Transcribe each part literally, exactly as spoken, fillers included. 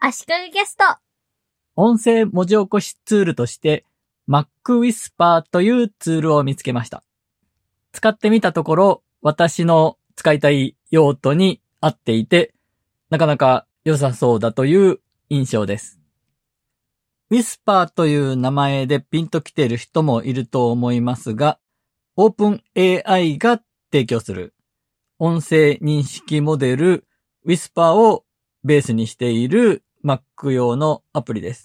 足利ゲスト。 音声文字起こしツールとして MacWhisper というツールを見つけました。使ってみたところ、私の使いたい用途に合っていて、なかなか良さそうだという印象です。Whisper という名前でピンと来ている人もいると思いますが、OpenAI が提供する音声認識モデル Whisper をベースにしている Mac 用のアプリです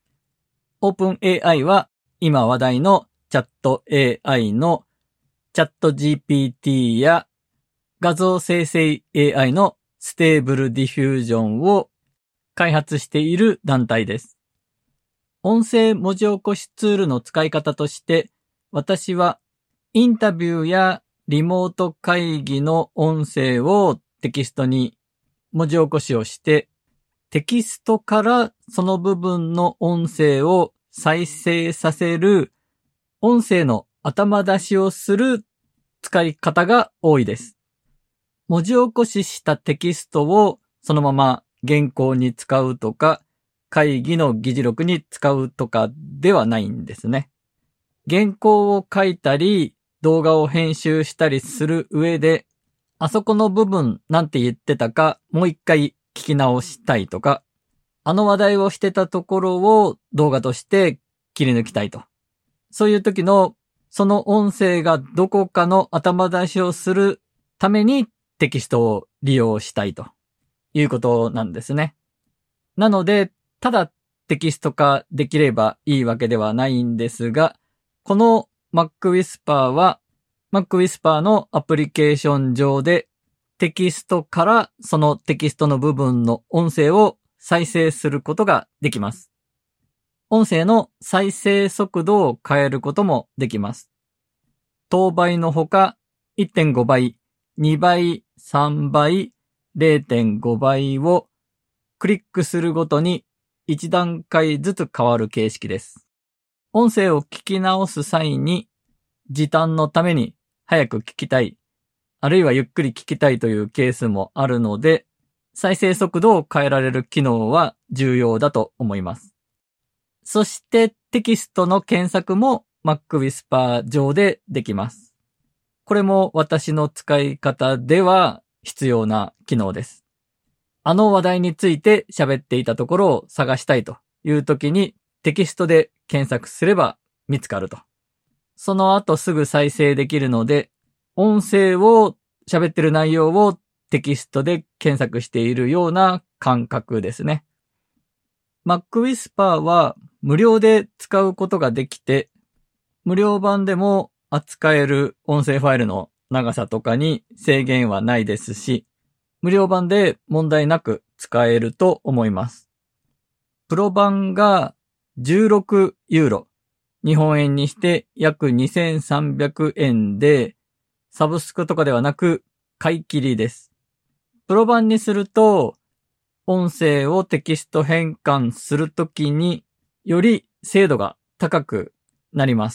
。OpenAI は今話題のチャット エーアイ のチャット ジーピーティー や画像生成 エーアイ のステーブルディフュージョンを開発している団体です。音声文字起こしツールの使い方として、私はインタビューやリモート会議の音声をテキストに文字起こしをして、テキストからその部分の音声を再生させる音声の頭出しをする使い方が多いです。文字起こししたテキストをそのまま原稿に使うとか、会議の議事録に使うとかではないんですね。原稿を書いたり、動画を編集したりする上で、あそこの部分なんて言ってたか、もう一回聞き直したいとか、あの話題をしてたところを動画として切り抜きたいと。そういう時の、その音声がどこかの頭出しをするためにテキストを利用したいということなんですね。なので、ただテキスト化できればいいわけではないんですが、この MacWhisper は MacWhisper のアプリケーション上でテキストからそのテキストの部分の音声を再生することができます。音声の再生速度を変えることもできます。等倍のほか いってんご 倍、にばい、さんばい、れいてんご 倍をクリックするごとにいち段階ずつ変わる形式です。音声を聞き直す際に時短のために早く聞きたい、あるいはゆっくり聞きたいというケースもあるので、再生速度を変えられる機能は重要だと思います。そしてテキストの検索も MacWhisper 上でできます。これも私の使い方では必要な機能です。あの話題について喋っていたところを探したいという時にテキストで検索すれば見つかると。その後すぐ再生できるので、音声を喋ってる内容をテキストで検索しているような感覚ですね。MacWhisper は無料で使うことができて、無料版でも扱える音声ファイルの長さとかに制限はないですし、無料版で問題なく使えると思います。プロ版がじゅうろくユーロ、日本円にして約にせんさんびゃくえんで、サブスクとかではなく買い切りです。プロ版にすると、音声をテキスト変換するときにより精度が高くなります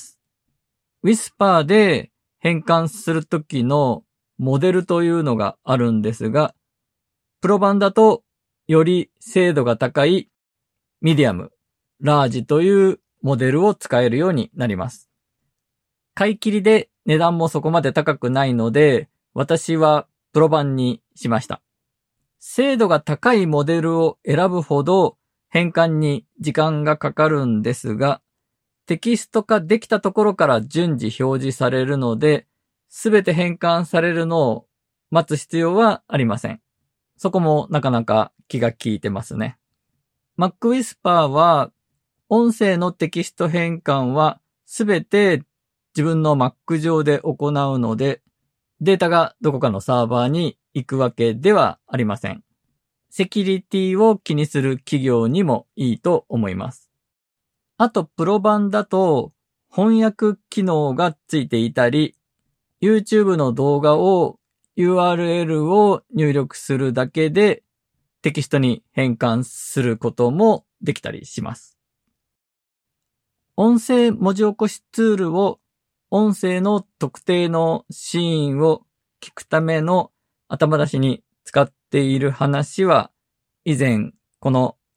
。Whisper で変換するときのモデルというのがあるんですが、プロ版だとより精度が高いミディアム、ラージというモデルを使えるようになります。買い切りで値段もそこまで高くないので、私はプロ版にしました。精度が高いモデルを選ぶほど変換に時間がかかるんですが、テキスト化できたところから順次表示されるので、すべて変換されるのを待つ必要はありません。そこもなかなか気が利いてますね。MacWhisper は音声のテキスト変換はすべて自分の Mac 上で行うので、データがどこかのサーバーに行くわけではありません。セキュリティを気にする企業にもいいと思います。あと、プロ版だと翻訳機能がついていたり、YouTube の動画を ユーアールエル を入力するだけでテキストに変換することもできたりします。音声文字起こしツールを音声の特定のシーンを聞くための頭出しに使っている話は以前この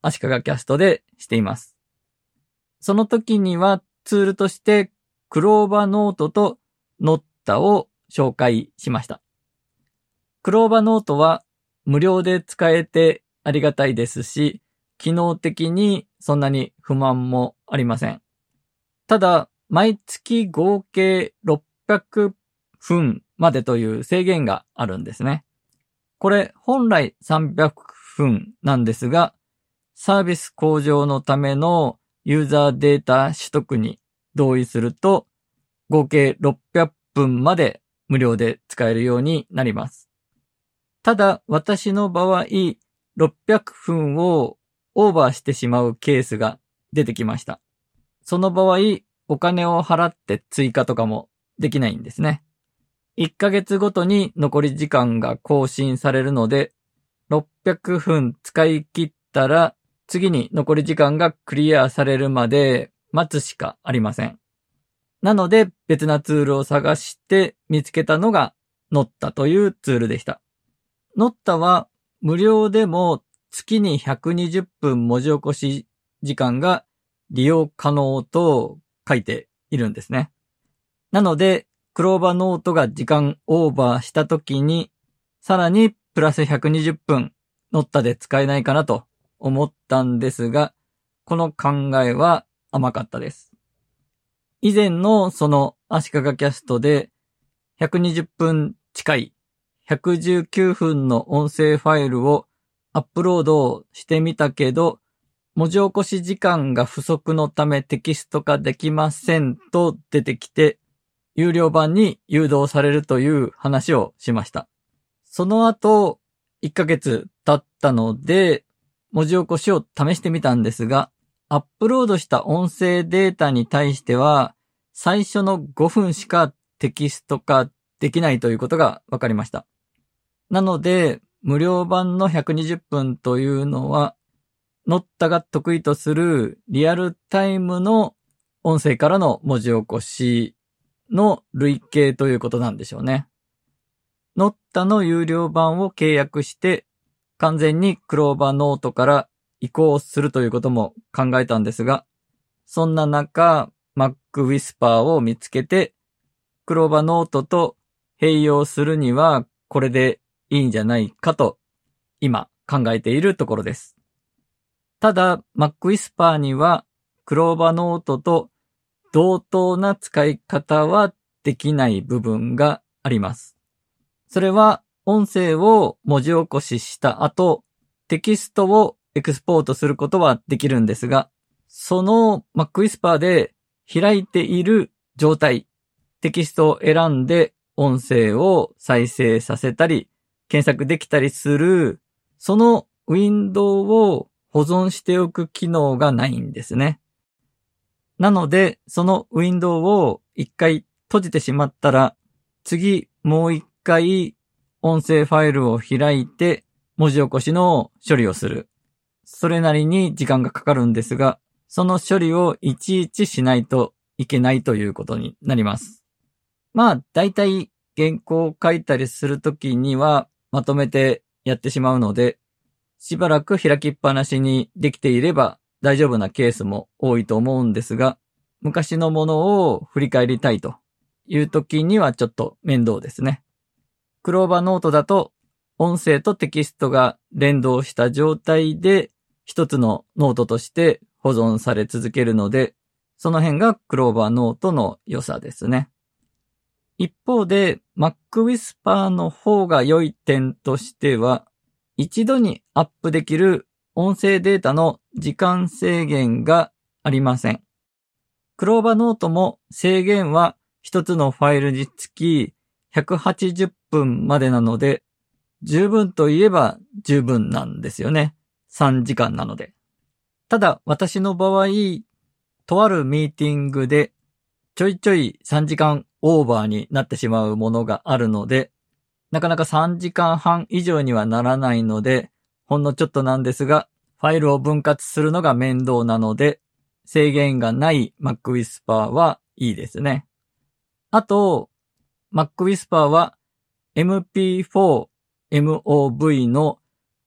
足利キャストでしています。その時にはツールとしてクローバノートとノッタを紹介しました。クローバノートは無料で使えてありがたいですし、機能的にそんなに不満もありません。ただ、毎月合計ろっぴゃくふんまでという制限があるんですね。これ本来さんびゃくふんなんですが、サービス向上のためのユーザーデータ取得に同意すると、合計ろっぴゃくふんまで無料で使えるようになります。ただ、私の場合、ろっぴゃくふんをオーバーしてしまうケースが出てきました。その場合、お金を払って追加とかもできないんですね。いっかげつごとに残り時間が更新されるので、ろっぴゃくふん使い切ったら、次に残り時間がクリアされるまで待つしかありません。なので、別なツールを探して見つけたのがノッタというツールでした。ノッタは無料でも月にひゃくにじゅっぷん文字起こし時間が利用可能と書いているんですね。なので、クローバーノートが時間オーバーした時に、さらにプラスひゃくにじゅっぷんノッタで使えないかなと思ったんですが、この考えは甘かったです。以前のその足利キャストでひゃくにじゅっぷん近いひゃくじゅうきゅうふんの音声ファイルをアップロードしてみたけど、文字起こし時間が不足のためテキスト化できませんと出てきて、有料版に誘導されるという話をしました。その後、いっかげつ経ったので、文字起こしを試してみたんですが、アップロードした音声データに対しては、最初のごふんしかテキスト化できないということが分かりました。なので、無料版のひゃくにじゅっぷんというのは、ノッタが得意とするリアルタイムの音声からの文字起こしの類型ということなんでしょうね。ノッタの有料版を契約して完全にクローバーノートから移行するということも考えたんですが、そんな中 Mac Whisper を見つけてクローバーノートと併用するにはこれでいいんじゃないかと今考えているところです。ただ Mac Whisper にはクローバーノートと同等な使い方はできない部分があります。それは音声を文字起こしした後、テキストをエクスポートすることはできるんですが、その Mac Whisper で開いている状態、テキストを選んで音声を再生させたり、検索できたりする、そのウィンドウを保存しておく機能がないんですね。なので、そのウィンドウを一回閉じてしまったら、次もう一回音声ファイルを開いて文字起こしの処理をする。それなりに時間がかかるんですが、その処理をいちいちしないといけないということになります。まあ、だいたい原稿を書いたりするときにはまとめてやってしまうので、しばらく開きっぱなしにできていれば大丈夫なケースも多いと思うんですが、昔のものを振り返りたいという時にはちょっと面倒ですね。クローバーノートだと音声とテキストが連動した状態で一つのノートとして保存され続けるので、その辺がクローバーノートの良さですね。一方で Mac Whisper の方が良い点としては、一度にアップできる音声データの時間制限がありません。クローバーノートも制限は一つのファイルにつきひゃくはちじゅっぷんまでなので、十分といえば十分なんですよね。さんじかんなので。ただ私の場合、とあるミーティングでちょいちょいさんじかんオーバーになってしまうものがあるので、なかなかさんじかんはん以上にはならないので、ほんのちょっとなんですが、ファイルを分割するのが面倒なので、制限がない Mac Whisper はいいですね。あと、Mac Whisper は エムピーフォー、エムオーブイ の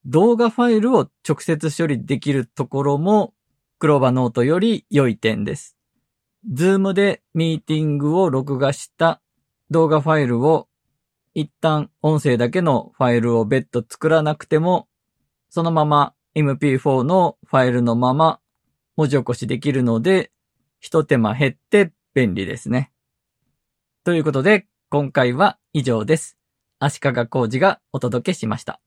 動画ファイルを直接処理できるところも Clover Note より良い点です。Zoom でミーティングを録画した動画ファイルを一旦音声だけのファイルを別途作らなくても、そのまま エムピーフォー のファイルのまま文字起こしできるので、一手間減って便利ですね。ということで、今回は以上です。足利浩二がお届けしました。